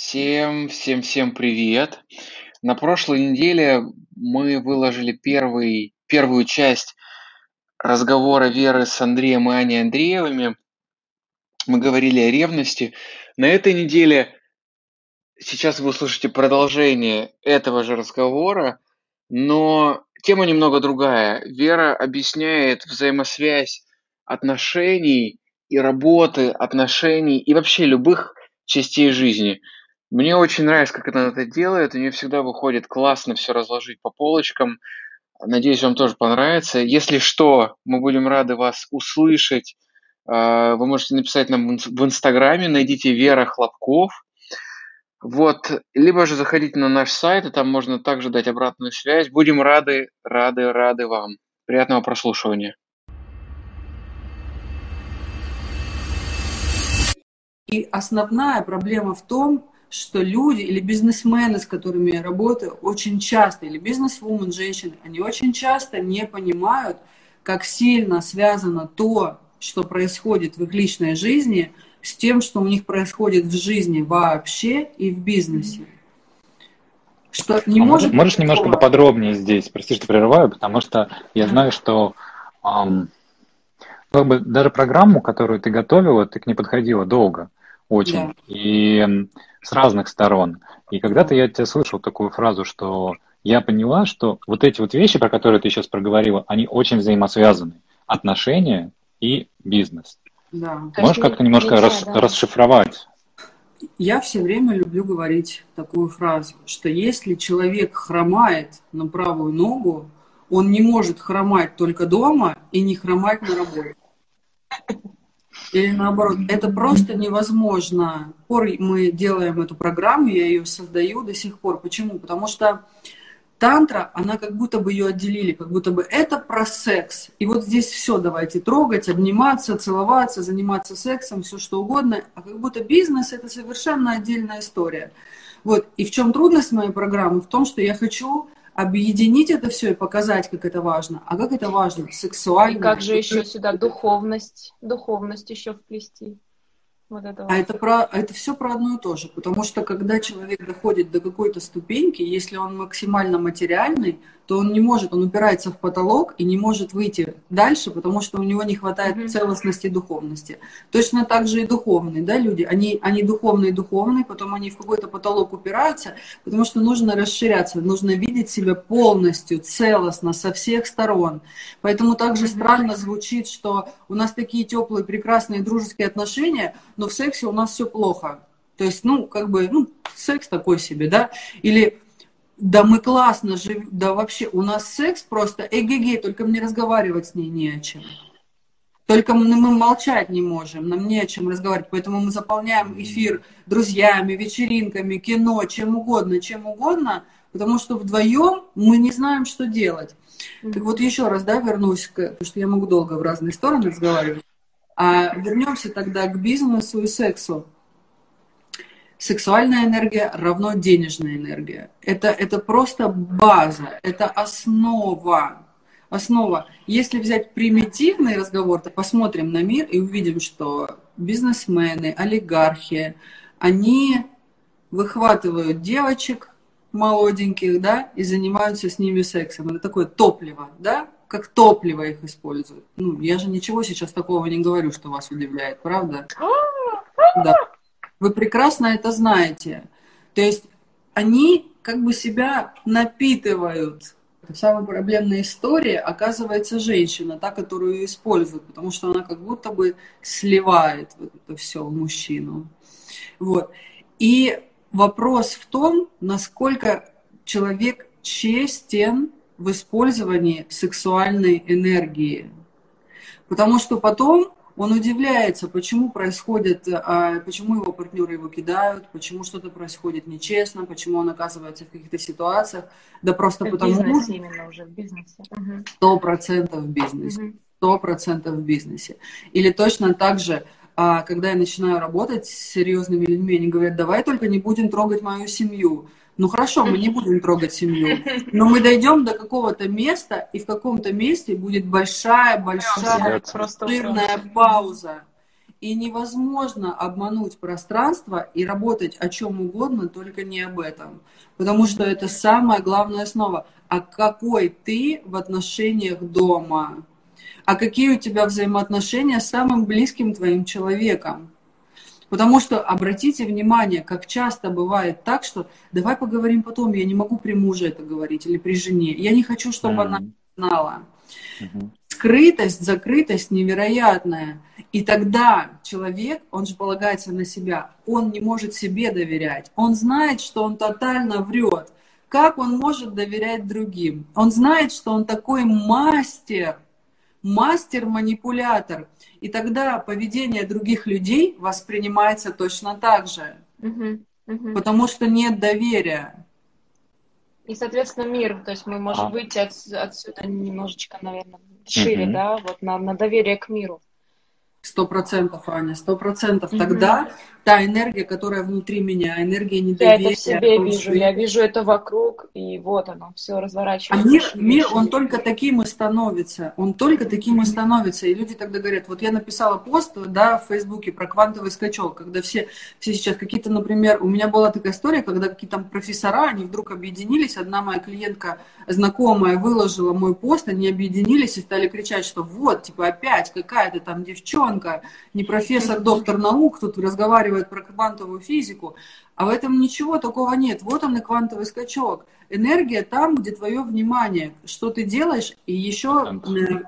Всем привет! На прошлой неделе мы выложили первую часть разговора Веры с Андреем и Аней Андреевыми. Мы говорили о ревности. На этой неделе сейчас вы услышите продолжение этого же разговора, но тема немного другая. Вера объясняет взаимосвязь отношений и работы, отношений и вообще любых частей жизни. Мне очень нравится, как она это делает. У нее всегда выходит классно все разложить по полочкам. Надеюсь, вам тоже понравится. Если что, мы будем рады вас услышать. Вы можете написать нам в Инстаграме, найдите Вера Хлопков. Вот, либо же заходите на наш сайт, и там можно также дать обратную связь. Будем рады вам. Приятного прослушивания. И основная проблема в том, что люди или бизнесмены, с которыми я работаю, очень часто, или бизнес-вумен, женщины, они очень часто не понимают, как сильно связано то, что происходит в их личной жизни, с тем, что у них происходит в жизни вообще и в бизнесе. Что не может можешь немножко поподробнее здесь, прости, что прерываю, потому что я знаю, что даже программу, которую ты готовила, ты к ней подходила долго, очень, да. И с разных сторон. И когда-то я тебя слышал такую фразу, что я поняла, что вот эти вот вещи, про которые ты сейчас проговорила, они очень взаимосвязаны. Отношения и бизнес. Да. Можешь как-то немножко расшифровать? Я все время люблю говорить такую фразу, что если человек хромает на правую ногу, он не может хромать только дома и не хромать на работе. Или наоборот, это просто невозможно. Мы делаем эту программу, я ее создаю до сих пор. Почему? Потому что тантра, она как будто бы ее отделили, как будто бы это про секс. И вот здесь все давайте трогать, обниматься, целоваться, заниматься сексом, все что угодно. А как будто бизнес это совершенно отдельная история. Вот. И в чем трудность моей программы? В том, что я хочу объединить это все и показать, как это важно. А как это важно? Сексуально. И как же еще сюда духовность еще вплести? Вот это это все про одно и то же. Потому что когда человек доходит до какой-то ступеньки, если он максимально материальный, то он не может, он упирается в потолок и не может выйти дальше, потому что у него не хватает целостности и духовности. Точно так же и духовные, да, люди. Они духовные, потом они в какой-то потолок упираются, потому что нужно расширяться, нужно видеть себя полностью, целостно, со всех сторон. Поэтому также странно звучит, что у нас такие теплые, прекрасные, дружеские отношения, но в сексе у нас все плохо. То есть, секс такой себе, да? Или, да мы классно живем, да вообще, у нас секс просто эгегей, только мне разговаривать с ней не о чем. Только мы молчать не можем, нам не о чем разговаривать, поэтому мы заполняем эфир друзьями, вечеринками, кино, чем угодно, потому что вдвоем мы не знаем, что делать. Так вот еще раз, да, вернусь, потому что я могу долго в разные стороны разговаривать. А вернемся тогда к бизнесу и сексу. Сексуальная энергия равно денежная энергия. Это просто база, это основа. Если взять примитивный разговор, то посмотрим на мир и увидим, что бизнесмены, олигархи, они выхватывают девочек молоденьких, да, и занимаются с ними сексом. Это такое топливо, да? Как топливо их используют. Я же ничего сейчас такого не говорю, что вас удивляет, правда? Да. Вы прекрасно это знаете. То есть они как бы себя напитывают. Самая проблемная история, оказывается, женщина, та, которую используют, потому что она как будто бы сливает вот это все в мужчину. Вот. И вопрос в том, насколько человек честен в использовании сексуальной энергии. Потому что потом он удивляется, почему его партнеры его кидают, почему что-то происходит нечестно, почему он оказывается в каких-то ситуациях. Да просто потому что... В бизнесе именно уже, в бизнесе. 100% в бизнесе. 100% в бизнесе. Или точно так же, когда я начинаю работать с серьезными людьми, они говорят, давай только не будем трогать мою семью. Ну хорошо, мы не будем трогать семью, но мы дойдем до какого-то места, и в каком-то месте будет большая, жирная пауза. и невозможно обмануть пространство и работать о чем угодно, только не об этом. Потому что это самая главная основа. А какой ты в отношениях дома? А какие у тебя взаимоотношения с самым близким твоим человеком? Потому что, обратите внимание, как часто бывает так, что давай поговорим потом, я не могу при муже это говорить или при жене. Я не хочу, чтобы она знала. Скрытость, закрытость невероятная. И тогда человек, он же полагается на себя, он не может себе доверять. Он знает, что он тотально врет. Как он может доверять другим? Он знает, что он такой мастер-манипулятор. И тогда поведение других людей воспринимается точно так же. Потому что нет доверия. И, соответственно, мир. То есть мы можем выйти отсюда немножечко, наверное, шире, да, вот на доверие к миру. 100%, Аня, 100%. Тогда та энергия, которая внутри меня, энергия недоверия. Я это в себе вижу, я вижу это вокруг, и вот оно, все разворачивается. А мир, он только таким и становится. Он только таким и становится. И люди тогда говорят, вот я написала пост, да, в Фейсбуке про квантовый скачок, когда все сейчас какие-то, например, у меня была такая история, когда какие-то там профессора, они вдруг объединились, одна моя клиентка, знакомая, выложила мой пост, они объединились и стали кричать, что вот, типа, опять какая-то там девчонка, не профессор, доктор наук, тут разговаривает про квантовую физику, а в этом ничего такого нет. Вот он и квантовый скачок. Энергия там, где твое внимание, что ты делаешь, и еще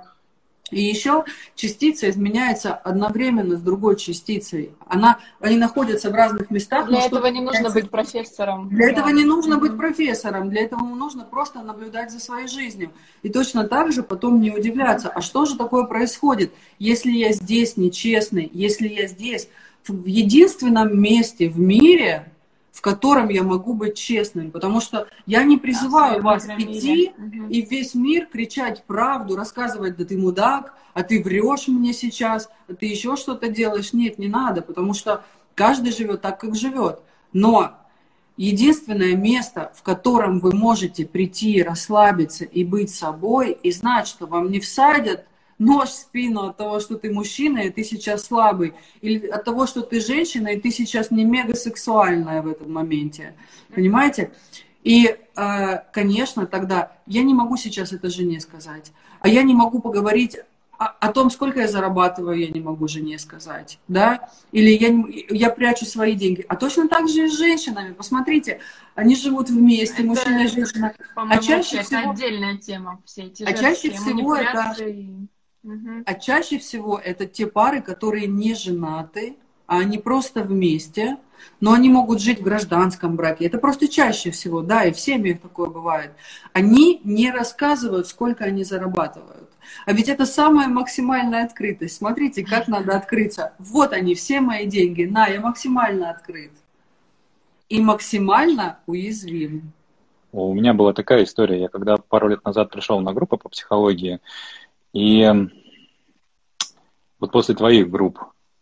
частица изменяется одновременно с другой частицей. Они находятся в разных местах. Для этого не нужно быть профессором. Для этого не нужно быть профессором. Для этого нужно просто наблюдать за своей жизнью. И точно так же потом не удивляться, а что же такое происходит, если я здесь нечестный, если я здесь в единственном месте в мире, в котором я могу быть честным. Потому что я не призываю вас идти и весь мир кричать правду, рассказывать, да ты мудак, а ты врешь мне сейчас, а ты еще что-то делаешь. Нет, не надо, потому что каждый живет так, как живет. Но единственное место, в котором вы можете прийти, расслабиться и быть собой, и знать, что вам не всадят нож в спину от того, что ты мужчина, и ты сейчас слабый, или от того, что ты женщина, и ты сейчас не мегасексуальная в этом моменте. Понимаете? И, конечно, тогда я не могу сейчас это жене сказать, а я не могу поговорить о том, сколько я зарабатываю, я не могу жене сказать, да, или я прячу свои деньги. А точно так же и с женщинами. Посмотрите, они живут вместе, мужчина и женщина. А чаще всего это отдельная тема, все эти манипуляции. А чаще всего это те пары, которые не женаты, а они просто вместе, но они могут жить в гражданском браке. Это просто чаще всего, да, и в семьях такое бывает. Они не рассказывают, сколько они зарабатывают. А ведь это самая максимальная открытость. Смотрите, как надо открыться. Вот они, все мои деньги. На, я максимально открыт. И максимально уязвим. У меня была такая история. Я когда пару лет назад пришел на группу по психологии, и вот после твоих групп,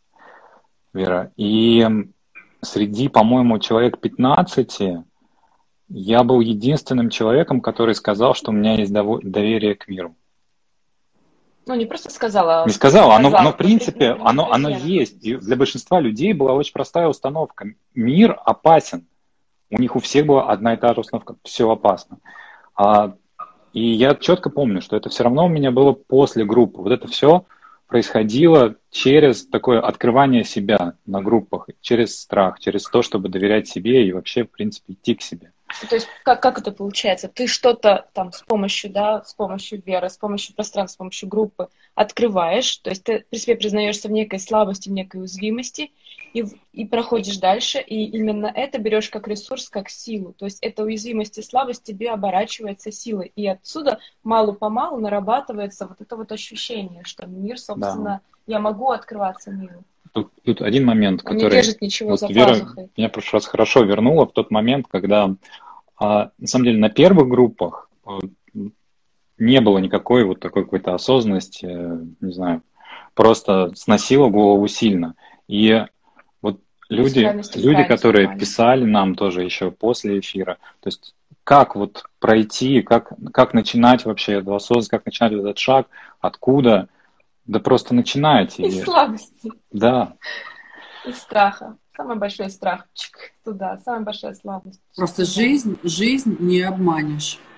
Вера, и среди, по-моему, человек 15 я был единственным человеком, который сказал, что у меня есть доверие к миру. Ну, не просто сказала. Не сказала, оно в принципе, оно есть. И для большинства людей была очень простая установка. Мир опасен. У них у всех была одна и та же установка. Все опасно. И я четко помню, что это все равно у меня было после группы. Вот это все происходило через такое открывание себя на группах, через страх, через то, чтобы доверять себе и вообще, в принципе, идти к себе. То есть как это получается? Ты что-то там с помощью веры, с помощью пространства, с помощью группы открываешь, то есть ты при себе признаешься в некой слабости, в некой уязвимости, и проходишь дальше, и именно это берешь как ресурс, как силу. То есть эта уязвимость и слабость тебе оборачивается силой. И отсюда мало-помалу нарабатывается вот это вот ощущение, что мир, собственно, я могу открываться миру. Тут один момент, он который... не держит ничего вот за Вера пазухой. меня в прошлый раз хорошо вернула в тот момент, когда, на самом деле, на первых группах не было никакой вот такой какой-то осознанности, не знаю, просто сносило голову сильно. И вот люди, которые писали нам тоже еще после эфира, то есть как вот пройти, как начинать вообще эту осознанность, как начинать этот шаг, откуда, Да просто начинайте. Из слабости, Да. из страха. Самый большой страх. Чик, туда. Самая большая слабость. Просто Туда. жизнь не обманешь.